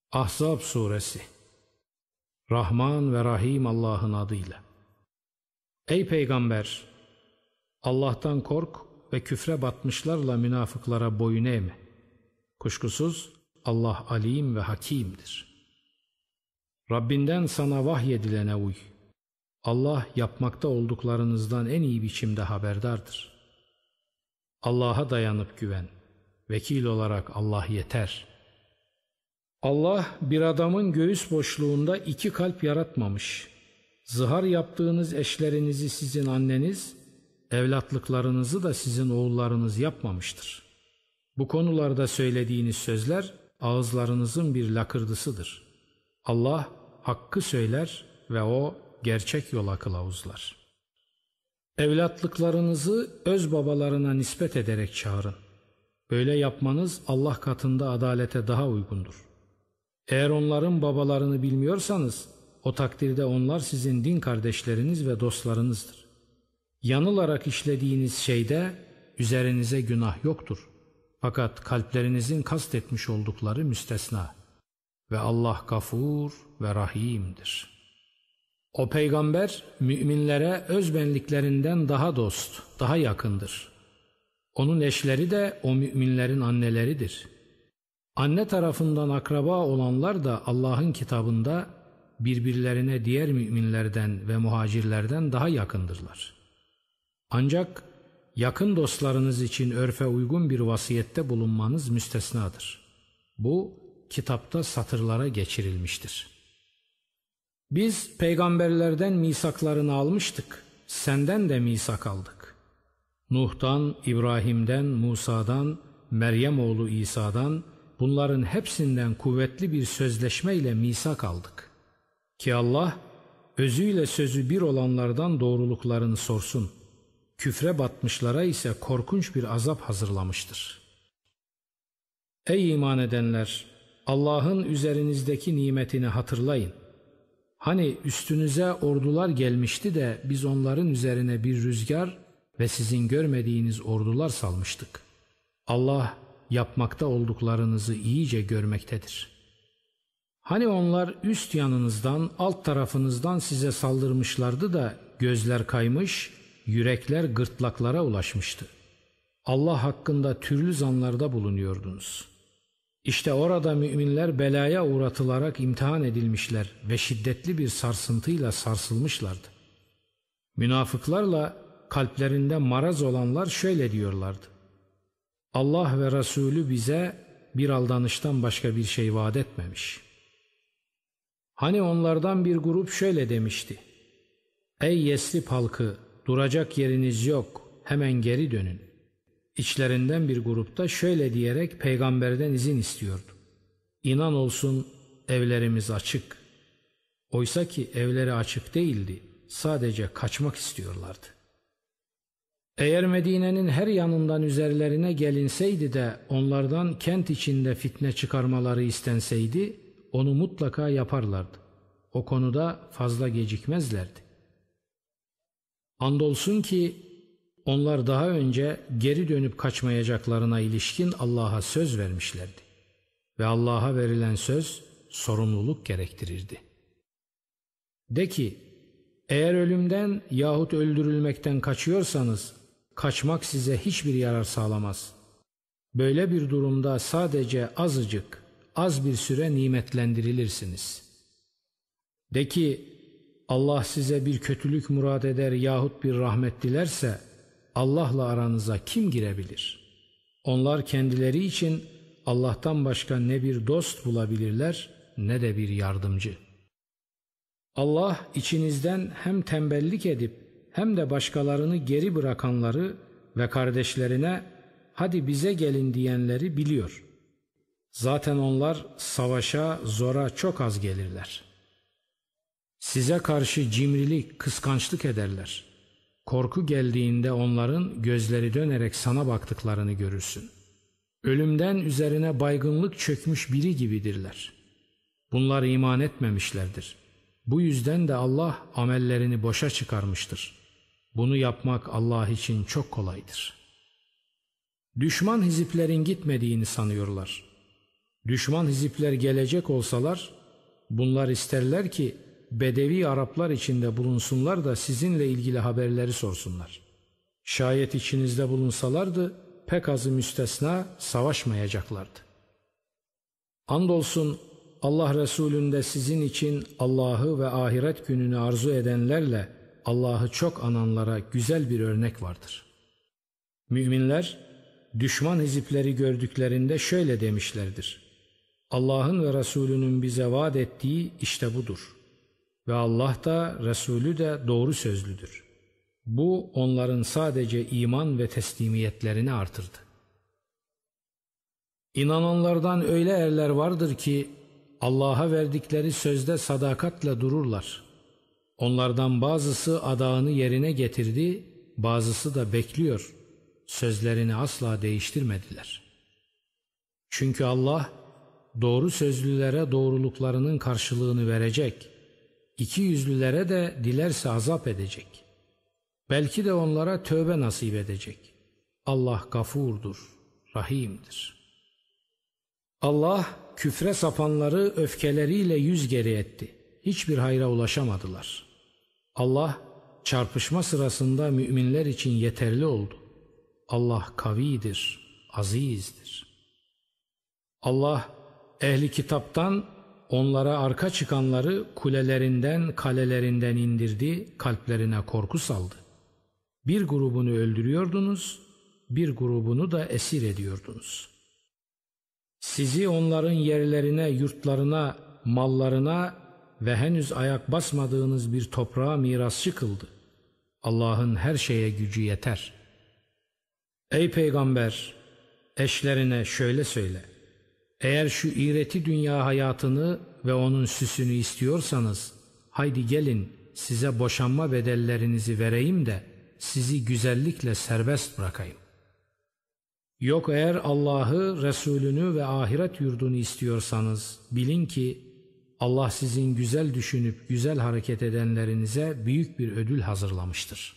Ahzab Suresi. Rahman ve Rahim Allah'ın adıyla. Ey Peygamber! Allah'tan kork ve küfre batmışlarla münafıklara boyun eğme. Kuşkusuz Allah alim ve hakimdir. Rabbinden sana vahyedilene uy. Allah yapmakta olduklarınızdan en iyi biçimde haberdardır. Allah'a dayanıp güven. Vekil olarak Allah yeter. Allah bir adamın göğüs boşluğunda 2 kalp yaratmamış. Zihar yaptığınız eşlerinizi sizin anneniz, evlatlıklarınızı da sizin oğullarınız yapmamıştır. Bu konularda söylediğiniz sözler ağızlarınızın bir lakırdısıdır. Allah hakkı söyler ve O gerçek yola kılavuzlar. Evlatlıklarınızı öz babalarına nispet ederek çağırın. Böyle yapmanız Allah katında adalete daha uygundur. Eğer onların babalarını bilmiyorsanız, o takdirde onlar sizin din kardeşleriniz ve dostlarınızdır. Yanılarak işlediğiniz şeyde üzerinize günah yoktur. Fakat kalplerinizin kastetmiş oldukları müstesna. Ve Allah Gafur ve Rahim'dir. O peygamber müminlere özbenliklerinden daha dost, daha yakındır. Onun eşleri de o müminlerin anneleridir. Anne tarafından akraba olanlar da Allah'ın kitabında birbirlerine diğer müminlerden ve muhacirlerden daha yakındırlar. Ancak yakın dostlarınız için örfe uygun bir vasiyette bulunmanız müstesnadır. Bu kitapta satırlara geçirilmiştir. Biz peygamberlerden misaklarını almıştık, senden de misak aldık. Nuh'tan, İbrahim'den, Musa'dan, Meryem oğlu İsa'dan, bunların hepsinden kuvvetli bir sözleşmeyle misak aldık. Ki Allah özüyle sözü bir olanlardan doğruluklarını sorsun. Küfre batmışlara ise korkunç bir azap hazırlamıştır. Ey iman edenler! Allah'ın üzerinizdeki nimetini hatırlayın. Hani üstünüze ordular gelmişti de biz onların üzerine bir rüzgar ve sizin görmediğiniz ordular salmıştık. Allah yapmakta olduklarınızı iyice görmektedir. Hani onlar üst yanınızdan, alt tarafınızdan size saldırmışlardı da gözler kaymış, yürekler gırtlaklara ulaşmıştı. Allah hakkında türlü zanlarda bulunuyordunuz. İşte orada müminler belaya uğratılarak imtihan edilmişler ve şiddetli bir sarsıntıyla sarsılmışlardı. Münafıklarla kalplerinde maraz olanlar şöyle diyorlardı: Allah ve Resulü bize bir aldanıştan başka bir şey vaat etmemiş. Hani onlardan bir grup şöyle demişti: Ey Yesrib halkı, duracak yeriniz yok, hemen geri dönün. İçlerinden bir grupta şöyle diyerek peygamberden izin istiyordu: İnan olsun evlerimiz açık. Oysa ki evleri açık değildi, sadece kaçmak istiyorlardı. Eğer Medine'nin her yanından üzerlerine gelinseydi de onlardan kent içinde fitne çıkarmaları istenseydi, onu mutlaka yaparlardı. O konuda fazla gecikmezlerdi. Andolsun ki onlar daha önce geri dönüp kaçmayacaklarına ilişkin Allah'a söz vermişlerdi. Ve Allah'a verilen söz sorumluluk gerektirirdi. De ki, eğer ölümden yahut öldürülmekten kaçıyorsanız, kaçmak size hiçbir yarar sağlamaz. Böyle bir durumda sadece azıcık, az bir süre nimetlendirilirsiniz. De ki, Allah size bir kötülük murad eder yahut bir rahmet dilerse, Allah'la aranıza kim girebilir? Onlar kendileri için Allah'tan başka ne bir dost bulabilirler ne de bir yardımcı. Allah içinizden hem tembellik edip hem de başkalarını geri bırakanları ve kardeşlerine hadi bize gelin diyenleri biliyor. Zaten onlar savaşa, zora çok az gelirler. Size karşı cimrilik, kıskançlık ederler. Korku geldiğinde onların gözleri dönerek sana baktıklarını görürsün. Ölümden üzerine baygınlık çökmüş biri gibidirler. Bunlar iman etmemişlerdir. Bu yüzden de Allah amellerini boşa çıkarmıştır. Bunu yapmak Allah için çok kolaydır. Düşman hiziplerin gitmediğini sanıyorlar. Düşman hizipler gelecek olsalar, bunlar isterler ki Bedevi Araplar içinde bulunsunlar da sizinle ilgili haberleri sorsunlar. Şayet içinizde bulunsalardı, pek azı müstesna savaşmayacaklardı. Andolsun Allah Resulü'nde sizin için Allah'ı ve ahiret gününü arzu edenlerle Allah'ı çok ananlara güzel bir örnek vardır. Müminler, düşman hizipleri gördüklerinde şöyle demişlerdir: Allah'ın ve Resulünün bize vaat ettiği işte budur. Ve Allah da Resulü de doğru sözlüdür. Bu onların sadece iman ve teslimiyetlerini artırdı. İnananlardan öyle erler vardır ki Allah'a verdikleri sözde sadakatle dururlar. Onlardan bazısı adağını yerine getirdi, bazısı da bekliyor. Sözlerini asla değiştirmediler. Çünkü Allah doğru sözlülere doğruluklarının karşılığını verecek, ikiyüzlülere de dilerse azap edecek. Belki de onlara tövbe nasip edecek. Allah gafurdur, rahimdir. Allah küfre sapanları öfkeleriyle yüz geri etti. Hiçbir hayra ulaşamadılar. Allah çarpışma sırasında müminler için yeterli oldu. Allah kavidir, azizdir. Allah ehli kitaptan onlara arka çıkanları kulelerinden, kalelerinden indirdi, kalplerine korku saldı. Bir grubunu öldürüyordunuz, bir grubunu da esir ediyordunuz. Sizi onların yerlerine, yurtlarına, mallarına ve henüz ayak basmadığınız bir toprağa mirasçı kıldı. Allah'ın her şeye gücü yeter. Ey Peygamber, eşlerine şöyle söyle: eğer şu iğreti dünya hayatını ve onun süsünü istiyorsanız, haydi gelin size boşanma bedellerinizi vereyim de sizi güzellikle serbest bırakayım. Yok, eğer Allah'ı, Resulünü ve ahiret yurdunu istiyorsanız bilin ki Allah sizin güzel düşünüp güzel hareket edenlerinize büyük bir ödül hazırlamıştır.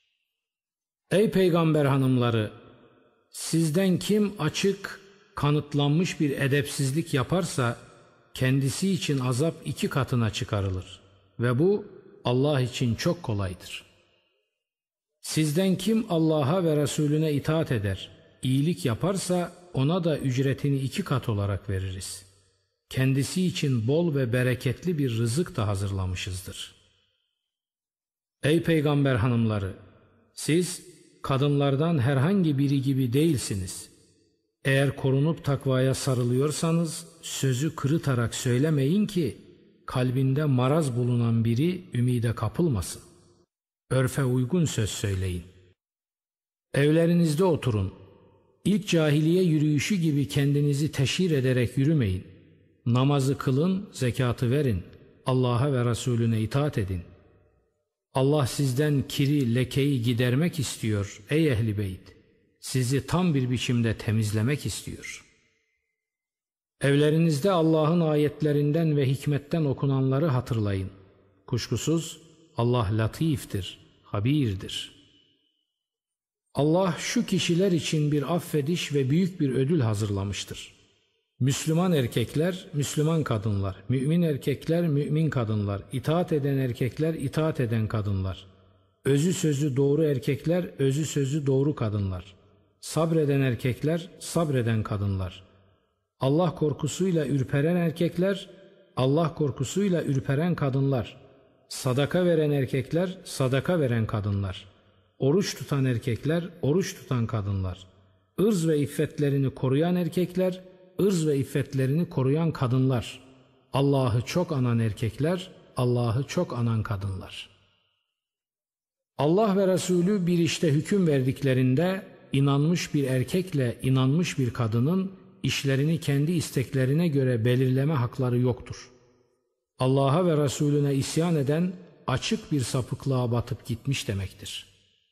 Ey Peygamber hanımları! Sizden kim açık, kanıtlanmış bir edepsizlik yaparsa kendisi için azap 2 katına çıkarılır ve bu Allah için çok kolaydır. Sizden kim Allah'a ve Resulüne itaat eder, iyilik yaparsa ona da ücretini 2 kat olarak veririz. Kendisi için bol ve bereketli bir rızık da hazırlamışızdır. Ey Peygamber hanımları! Siz kadınlardan herhangi biri gibi değilsiniz. Eğer korunup takvaya sarılıyorsanız sözü kırıtarak söylemeyin ki kalbinde maraz bulunan biri ümide kapılmasın. Örfe uygun söz söyleyin. Evlerinizde oturun. İlk cahiliye yürüyüşü gibi kendinizi teşhir ederek yürümeyin. Namazı kılın, zekatı verin. Allah'a ve Resulüne itaat edin. Allah sizden kiri, lekeyi gidermek istiyor ey ehli beyt. Sizi tam bir biçimde temizlemek istiyor. Evlerinizde Allah'ın ayetlerinden ve hikmetten okunanları hatırlayın. Kuşkusuz Allah latiftir, habirdir. Allah şu kişiler için bir affediş ve büyük bir ödül hazırlamıştır. Müslüman erkekler, Müslüman kadınlar, mümin erkekler, mümin kadınlar, itaat eden erkekler, itaat eden kadınlar, özü sözü doğru erkekler, özü sözü doğru kadınlar, sabreden erkekler, sabreden kadınlar, Allah korkusuyla ürperen erkekler, Allah korkusuyla ürperen kadınlar, sadaka veren erkekler, sadaka veren kadınlar, oruç tutan erkekler, oruç tutan kadınlar, ırz ve iffetlerini koruyan erkekler, ırz ve iffetlerini koruyan kadınlar, Allah'ı çok anan erkekler, Allah'ı çok anan kadınlar. Allah ve Resulü bir işte hüküm verdiklerinde inanmış bir erkekle inanmış bir kadının işlerini kendi isteklerine göre belirleme hakları yoktur. Allah'a ve Resulüne isyan eden açık bir sapıklığa batıp gitmiş demektir.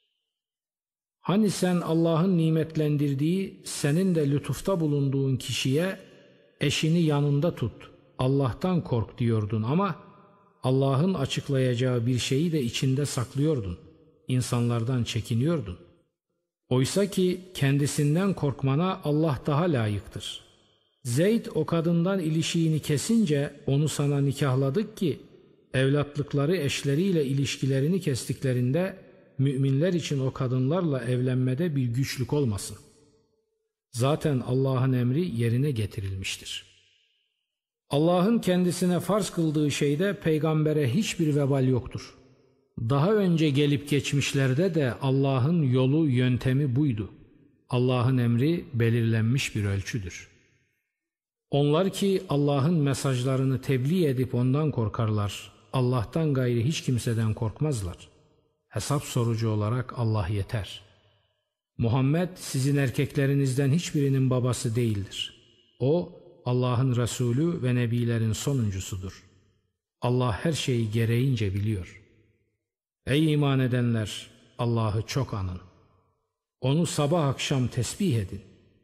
Hani sen Allah'ın nimetlendirdiği, senin de lütufta bulunduğun kişiye eşini yanında tut, Allah'tan kork diyordun ama Allah'ın açıklayacağı bir şeyi de içinde saklıyordun, insanlardan çekiniyordun. Oysa ki kendisinden korkmana Allah daha layıktır. Zeyd o kadından ilişiğini kesince onu sana nikahladık ki evlatlıkları eşleriyle ilişkilerini kestiklerinde müminler için o kadınlarla evlenmede bir güçlük olmasın. Zaten Allah'ın emri yerine getirilmiştir. Allah'ın kendisine farz kıldığı şeyde peygambere hiçbir vebal yoktur. Daha önce gelip geçmişlerde de Allah'ın yolu, yöntemi buydu. Allah'ın emri belirlenmiş bir ölçüdür. Onlar ki Allah'ın mesajlarını tebliğ edip ondan korkarlar, Allah'tan gayri hiç kimseden korkmazlar. Hesap sorucu olarak Allah yeter. Muhammed sizin erkeklerinizden hiçbirinin babası değildir. O Allah'ın Resulü ve Nebilerin sonuncusudur. Allah her şeyi gereğince biliyor. Ey iman edenler! Allah'ı çok anın. Onu sabah akşam tesbih edin.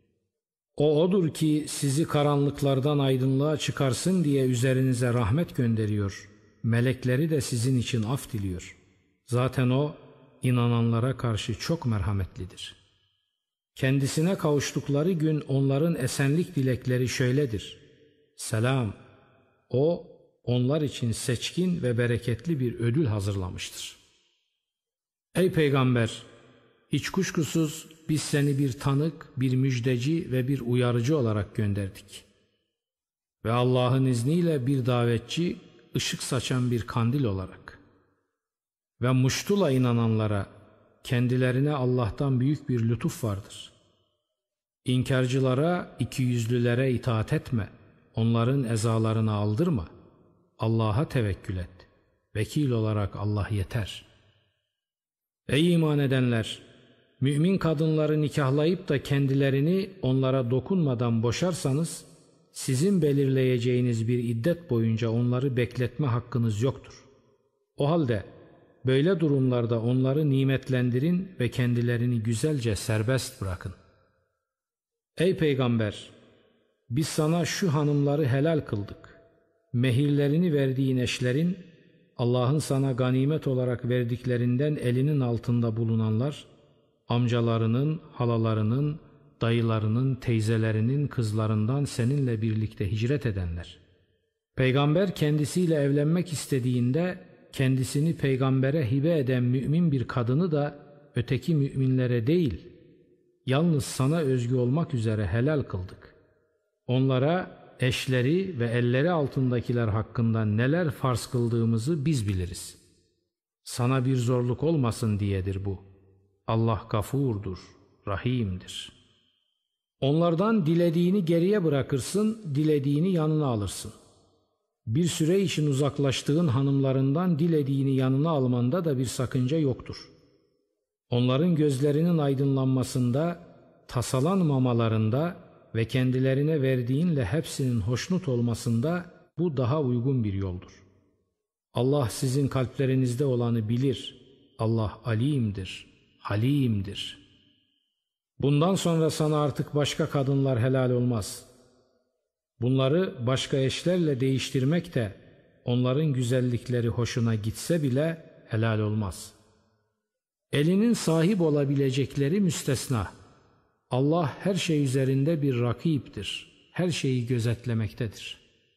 O odur ki sizi karanlıklardan aydınlığa çıkarsın diye üzerinize rahmet gönderiyor. Melekleri de sizin için af diliyor. Zaten o inananlara karşı çok merhametlidir. Kendisine kavuştukları gün onların esenlik dilekleri şöyledir: Selam. O onlar için seçkin ve bereketli bir ödül hazırlamıştır. Ey Peygamber! Hiç kuşkusuz biz seni bir tanık, bir müjdeci ve bir uyarıcı olarak gönderdik. Ve Allah'ın izniyle bir davetçi, ışık saçan bir kandil olarak. Ve muştula inananlara, kendilerine Allah'tan büyük bir lütuf vardır. İnkarcılara, ikiyüzlülere itaat etme, onların ezalarını aldırma. Allah'a tevekkül et. Vekil olarak Allah yeter. Ey iman edenler! Mümin kadınları nikahlayıp da kendilerini onlara dokunmadan boşarsanız, sizin belirleyeceğiniz bir iddet boyunca onları bekletme hakkınız yoktur. O halde böyle durumlarda onları nimetlendirin ve kendilerini güzelce serbest bırakın. Ey Peygamber! Biz sana şu hanımları helal kıldık. Mehirlerini verdiğin eşlerin, Allah'ın sana ganimet olarak verdiklerinden elinin altında bulunanlar, amcalarının, halalarının, dayılarının, teyzelerinin kızlarından seninle birlikte hicret edenler. Peygamber kendisiyle evlenmek istediğinde kendisini peygambere hibe eden mümin bir kadını da öteki müminlere değil, yalnız sana özgü olmak üzere helal kıldık. Onlara eşleri ve elleri altındakiler hakkında neler farz kıldığımızı biz biliriz. Sana bir zorluk olmasın diyedir bu. Allah gafurdur, rahimdir. Onlardan dilediğini geriye bırakırsın, dilediğini yanına alırsın. Bir süre için uzaklaştığın hanımlarından dilediğini yanına almanda da bir sakınca yoktur. Onların gözlerinin aydınlanmasında, tasalanmamalarında ve kendilerine verdiğinle hepsinin hoşnut olmasında bu daha uygun bir yoldur. Allah sizin kalplerinizde olanı bilir. Allah alimdir, halimdir. Bundan sonra sana artık başka kadınlar helal olmaz. Bunları başka eşlerle değiştirmek de onların güzellikleri hoşuna gitse bile helal olmaz. Elinin sahip olabilecekleri müstesna. Allah her şey üzerinde bir rakiptir. Her şeyi gözetlemektedir.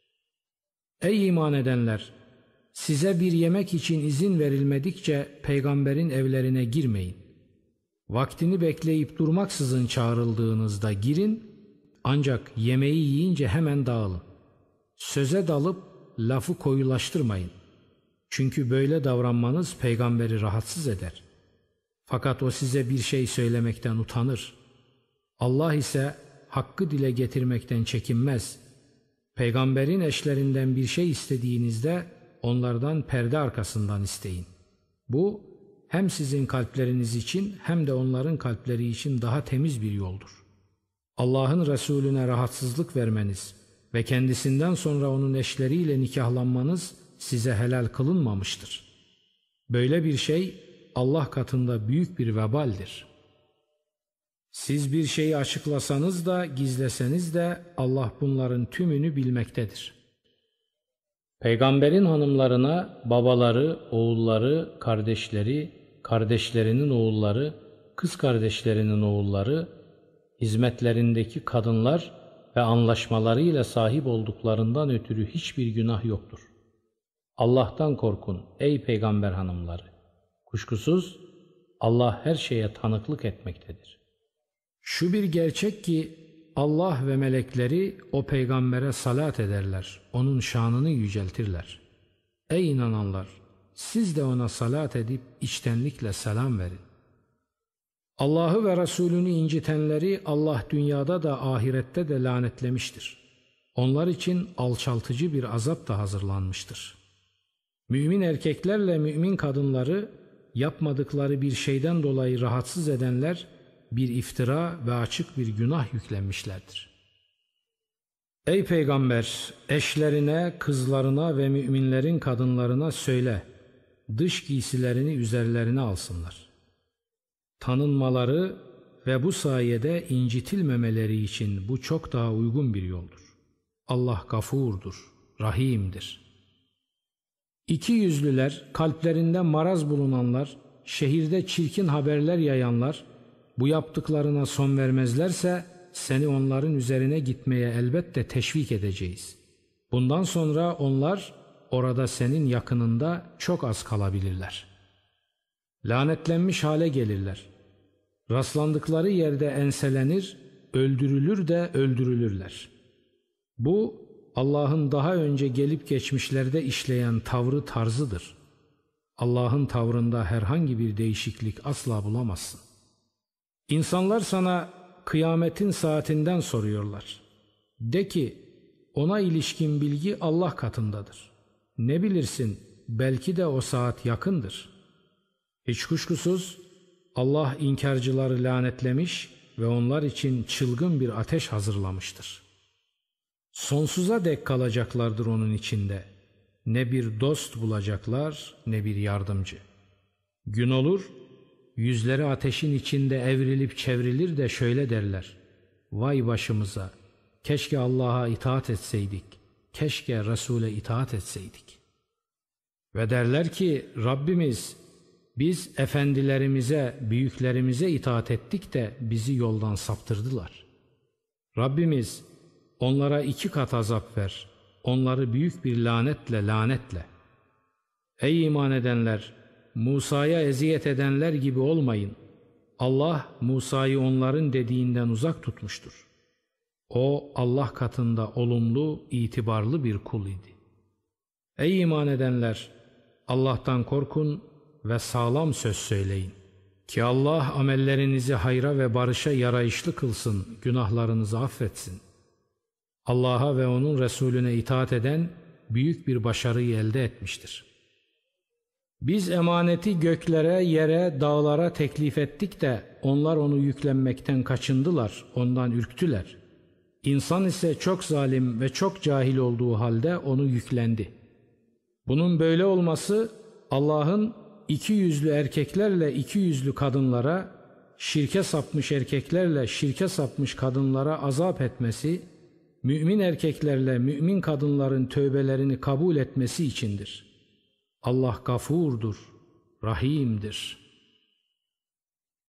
Ey iman edenler! Size bir yemek için izin verilmedikçe peygamberin evlerine girmeyin. Vaktini bekleyip durmaksızın çağrıldığınızda girin, ancak yemeği yiyince hemen dağılın. Söze dalıp lafı koyulaştırmayın. Çünkü böyle davranmanız peygamberi rahatsız eder. Fakat o size bir şey söylemekten utanır. Allah ise hakkı dile getirmekten çekinmez. Peygamberin eşlerinden bir şey istediğinizde onlardan perde arkasından isteyin. Bu hem sizin kalpleriniz için hem de onların kalpleri için daha temiz bir yoldur. Allah'ın Resulüne rahatsızlık vermeniz ve kendisinden sonra onun eşleriyle nikahlanmanız size helal kılınmamıştır. Böyle bir şey Allah katında büyük bir vebaldir. Siz bir şeyi açıklasanız da gizleseniz de Allah bunların tümünü bilmektedir. Peygamberin hanımlarına babaları, oğulları, kardeşleri, kardeşlerinin oğulları, kız kardeşlerinin oğulları, hizmetlerindeki kadınlar ve anlaşmalarıyla sahip olduklarından ötürü hiçbir günah yoktur. Allah'tan korkun ey peygamber hanımları. Kuşkusuz Allah her şeye tanıklık etmektedir. Şu bir gerçek ki Allah ve melekleri o peygambere salat ederler, onun şanını yüceltirler. Ey inananlar! Siz de ona salat edip içtenlikle selam verin. Allah'ı ve Resulünü incitenleri Allah dünyada da ahirette de lanetlemiştir. Onlar için alçaltıcı bir azap da hazırlanmıştır. Mümin erkeklerle mümin kadınları yapmadıkları bir şeyden dolayı rahatsız edenler bir iftira ve açık bir günah yüklenmişlerdir. Ey peygamber, eşlerine, kızlarına ve müminlerin kadınlarına söyle, dış giysilerini üzerlerine alsınlar. Tanınmaları ve bu sayede incitilmemeleri için bu çok daha uygun bir yoldur. Allah gafurdur, rahimdir. İki yüzlüler, kalplerinde maraz bulunanlar, şehirde çirkin haberler yayanlar, bu yaptıklarına son vermezlerse seni onların üzerine gitmeye elbette teşvik edeceğiz. Bundan sonra onlar orada senin yakınında çok az kalabilirler. Lanetlenmiş hale gelirler. Rastlandıkları yerde enselenir, öldürülür de öldürülürler. Bu Allah'ın daha önce gelip geçmişlerde işleyen tavrı tarzıdır. Allah'ın tavrında herhangi bir değişiklik asla bulamazsın. İnsanlar sana kıyametin saatinden soruyorlar. De ki, ona ilişkin bilgi Allah katındadır. Ne bilirsin, belki de o saat yakındır. Hiç kuşkusuz Allah inkarcıları lanetlemiş ve onlar için çılgın bir ateş hazırlamıştır. Sonsuza dek kalacaklardır onun içinde. Ne bir dost bulacaklar, ne bir yardımcı. Gün olur, yüzleri ateşin içinde evrilip çevrilir de şöyle derler: vay başımıza, keşke Allah'a itaat etseydik, keşke Resul'e itaat etseydik. Ve derler ki, Rabbimiz, biz efendilerimize, büyüklerimize itaat ettik de bizi yoldan saptırdılar. Rabbimiz, onlara 2 kat azap ver, onları büyük bir lanetle lanetle. Ey iman edenler! Musa'ya eziyet edenler gibi olmayın. Allah Musa'yı onların dediğinden uzak tutmuştur. O Allah katında olumlu, itibarlı bir kul idi. Ey iman edenler! Allah'tan korkun ve sağlam söz söyleyin. Ki Allah amellerinizi hayra ve barışa yarayışlı kılsın, günahlarınızı affetsin. Allah'a ve onun Resulüne itaat eden büyük bir başarıyı elde etmiştir. Biz emaneti göklere, yere, dağlara teklif ettik de onlar onu yüklenmekten kaçındılar, ondan ürktüler. İnsan ise çok zalim ve çok cahil olduğu halde onu yüklendi. Bunun böyle olması Allah'ın 2 yüzlü erkeklerle 2 yüzlü kadınlara, şirke sapmış erkeklerle şirke sapmış kadınlara azap etmesi, mümin erkeklerle mümin kadınların tövbelerini kabul etmesi içindir. Allah gafurdur, rahimdir.